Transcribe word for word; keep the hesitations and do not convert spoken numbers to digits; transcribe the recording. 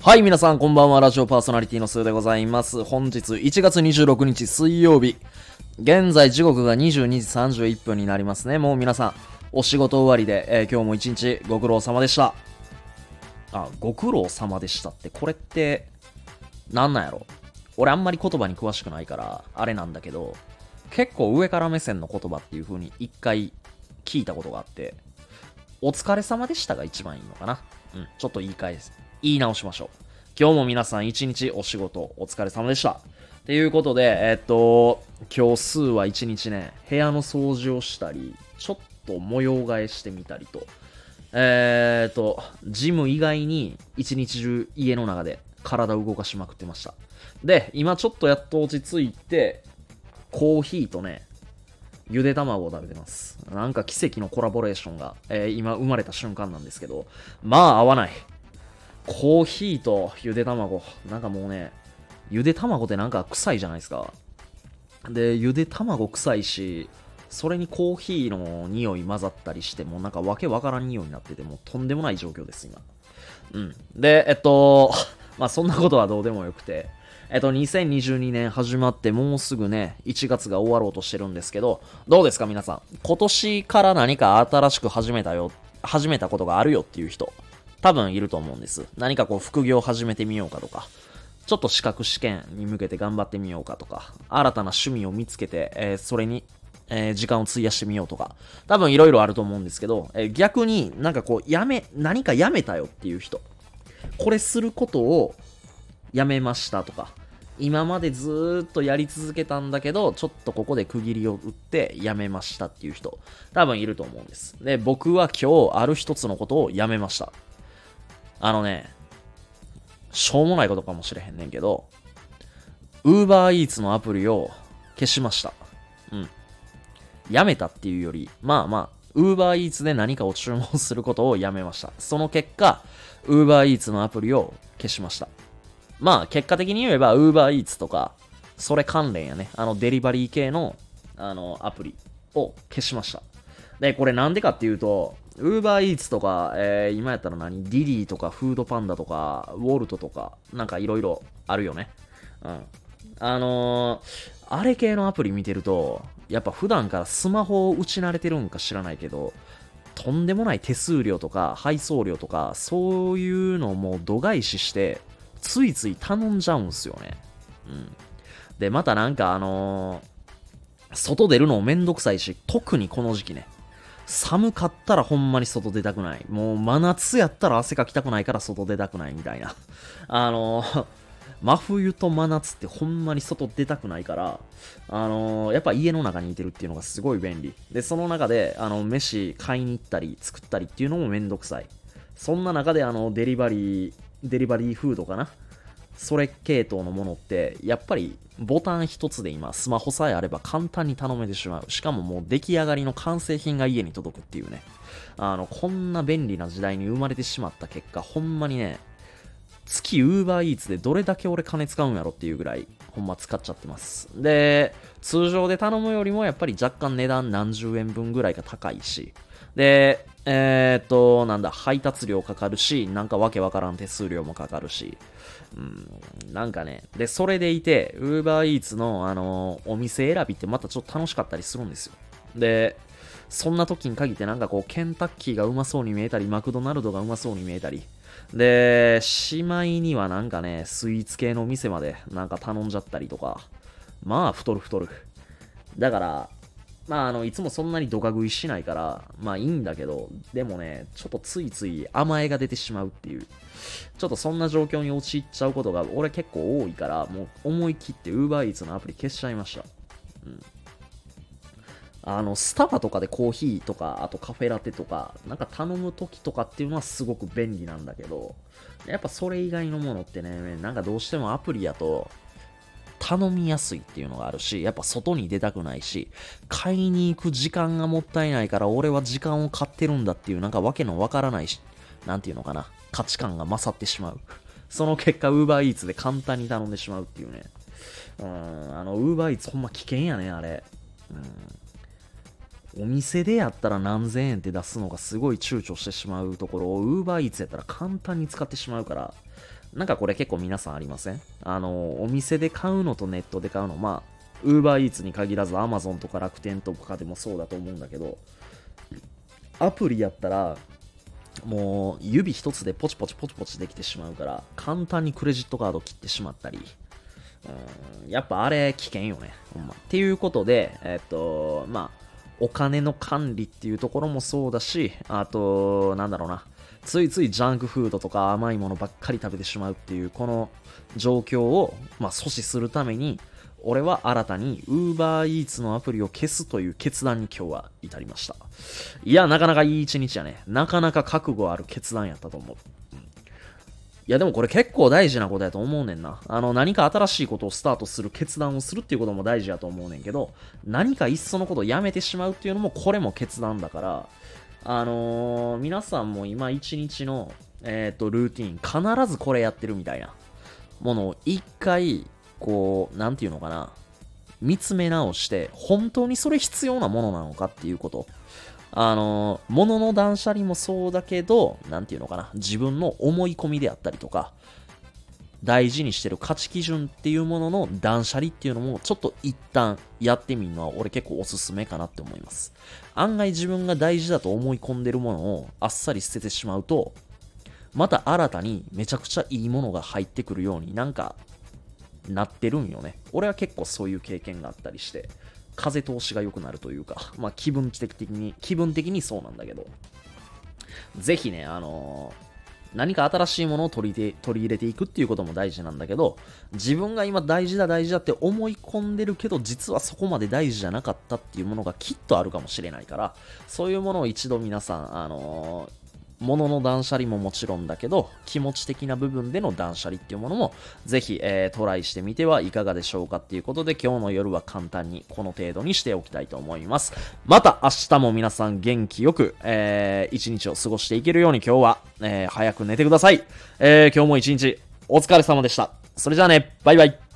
はい、皆さんこんばんは。ラジオパーソナリティのスーでございます。本日いちがつにじゅうろくにち水曜日。現在時刻がにじゅうにじさんじゅういっぷんになりますね。もう皆さん、お仕事終わりで、えー今日も一日ご苦労様でした。あ、ご苦労様でしたって、これって、なんなんやろ。俺あんまり言葉に詳しくないから、あれなんだけど、結構上から目線の言葉っていう風に一回聞いたことがあって、お疲れ様でしたが一番いいのかな。うん、ちょっと言い返す。言い直しましょう。今日も皆さん一日お仕事お疲れ様でした。っていうことで、えっと、今日数は一日ね、部屋の掃除をしたり、ちょっと模様替えしてみたりと、えーっと、ジム以外に一日中家の中で体を動かしまくってました。で、今ちょっとやっと落ち着いて、コーヒーとね、ゆで卵を食べてます。なんか奇跡のコラボレーションが、えー今生まれた瞬間なんですけど、まあ合わない。コーヒーとゆで卵。なんかもうね、ゆで卵ってなんか臭いじゃないですか。で、ゆで卵臭いし、それにコーヒーの匂い混ざったりして、もうなんかわけわからん匂いになってて、もうとんでもない状況です、今。うん。で、えっと、まあそんなことはどうでもよくて、えっと、にせんにじゅうにねん始まってもうすぐね、いちがつが終わろうとしてるんですけど、どうですか皆さん。今年から何か新しく始めたよ、始めたことがあるよっていう人、多分いると思うんです。何かこう副業を始めてみようかとか、ちょっと資格試験に向けて頑張ってみようかとか、新たな趣味を見つけて、えーそれに、えー時間を費やしてみようとか、多分いろいろあると思うんですけど、えー逆になんかこう、やめ、何かやめたよっていう人、これすることをやめましたとか、今までずーっとやり続けたんだけど、ちょっとここで区切りを打ってやめましたっていう人、多分いると思うんです。で、僕は今日ある一つのことをやめました。あのね、しょうもないことかもしれへんねんけど、UberEats のアプリを消しました。うん。やめたっていうより、まあまあ、UberEats で何かを注文することをやめました。その結果、UberEats のアプリを消しました。まあ、結果的に言えば UberEats とか、それ関連やね。あの、デリバリー系の、あの、アプリを消しました。で、これなんでかっていうと、UberEats とか、えー、今やったら何ディディとか、フードパンダとか、ウォルトとか、なんかいろいろあるよね。うん。あのー、あれ系のアプリ見てると、やっぱ普段からスマホを打ち慣れてるんか知らないけど、とんでもない手数料とか配送料とか、そういうのをもう度外視して、ついつい頼んじゃうんすよね。うん。で、またなんかあのー外出るのもめんどくさいし、特にこの時期ね。寒かったらほんまに外出たくない。もう真夏やったら汗かきたくないから外出たくないみたいな。あのー真冬と真夏ってほんまに外出たくないから、あのーやっぱ家の中にいてるっていうのがすごい便利。で、その中で、あの、飯買いに行ったり作ったりっていうのもめんどくさい。そんな中で、あの、デリバリー、デリバリーフードかな、それ系統のものって、やっぱりボタン一つで今、スマホさえあれば簡単に頼めてしまう。しかももう出来上がりの完成品が家に届くっていうね。あの、こんな便利な時代に生まれてしまった結果、ほんまにね、月 UberEats でどれだけ俺金使うんやろっていうぐらい、ほんま使っちゃってます。で、通常で頼むよりもやっぱり若干値段何十円分ぐらいが高いし、で、えー、っと、なんだ、配達料かかるし、なんかわけわからん手数料もかかるし、うん、なんかね、で、それでいて、UberEats の、あのーお店選びってまたちょっと楽しかったりするんですよ。で、そんな時に限ってなんかこう、ケンタッキーがうまそうに見えたり、マクドナルドがうまそうに見えたり、で、しまいにはなんかね、スイーツ系の店までなんか頼んじゃったりとか、まあ、太る太る。だから、まあ、あの、いつもそんなにドカ食いしないから、まあいいんだけど、でもね、ちょっとついつい甘えが出てしまうっていう、ちょっとそんな状況に陥っちゃうことが俺結構多いから、もう思い切って UberEats のアプリ消しちゃいました。うん。あの、スタバとかでコーヒーとか、あとカフェラテとか、なんか頼む時とかっていうのはすごく便利なんだけど、やっぱそれ以外のものってね、なんかどうしてもアプリやと、頼みやすいっていうのがあるし、やっぱ外に出たくないし、買いに行く時間がもったいないから俺は時間を買ってるんだっていうなんかわけのわからないし、なんていうのかな、価値観が勝ってしまう。その結果 UberEats で簡単に頼んでしまうっていうね。うん、あの UberEats ほんま危険やね、あれ。うん、お店でやったら何千円って出すのがすごい躊躇してしまうところを UberEats やったら簡単に使ってしまうから、 なんかこれ結構皆さんありません？あの、お店で買うのとネットで買うの、まあ、ウーバーイーツに限らず Amazon とか楽天とかでもそうだと思うんだけど、アプリやったら、もう指一つでポチポチポチポチできてしまうから、簡単にクレジットカード切ってしまったり、うん、やっぱあれ危険よね、ほんま。っていうことで、えっと、まあ、お金の管理っていうところもそうだし、あと、なんだろうな、ついついジャンクフードとか甘いものばっかり食べてしまうっていう、この状況を、まあ、阻止するために、俺は新たに UberEats のアプリを消すという決断に今日は至りました。いや、なかなかいい一日やね。なかなか覚悟ある決断やったと思う。いやでもこれ結構大事なことやと思うねんな。あの何か新しいことをスタートする決断をするっていうことも大事やと思うねんけど、何かいっそのことをやめてしまうっていうのもこれも決断だから、あのー、皆さんも今一日の、えーと、ルーティン必ずこれやってるみたいなものを一回、こう、なんていうのかな、見つめ直して、本当にそれ必要なものなのかっていうこと。あの、物の断捨離もそうだけど、なんていうのかな、自分の思い込みであったりとか、大事にしてる価値基準っていうものの断捨離っていうのも、ちょっと一旦やってみるのは、俺結構おすすめかなって思います。案外自分が大事だと思い込んでるものをあっさり捨ててしまうと、また新たにめちゃくちゃいいものが入ってくるようになんか、なってるんよね。俺は結構そういう経験があったりして、風通しが良くなるというか、まあ気分的に、気分的にそうなんだけど、ぜひね、あのー何か新しいものを取り取り入れていくっていうことも大事なんだけど、自分が今大事だ大事だって思い込んでるけど、実はそこまで大事じゃなかったっていうものがきっとあるかもしれないから、そういうものを一度皆さん、あのー物の断捨離ももちろんだけど、気持ち的な部分での断捨離っていうものも、ぜひ、えー、トライしてみてはいかがでしょうかっていうことで、今日の夜は簡単にこの程度にしておきたいと思います。また明日も皆さん元気よく、えー、一日を過ごしていけるように今日は、えー、早く寝てください。えー、今日も一日お疲れ様でした。それじゃあね、バイバイ。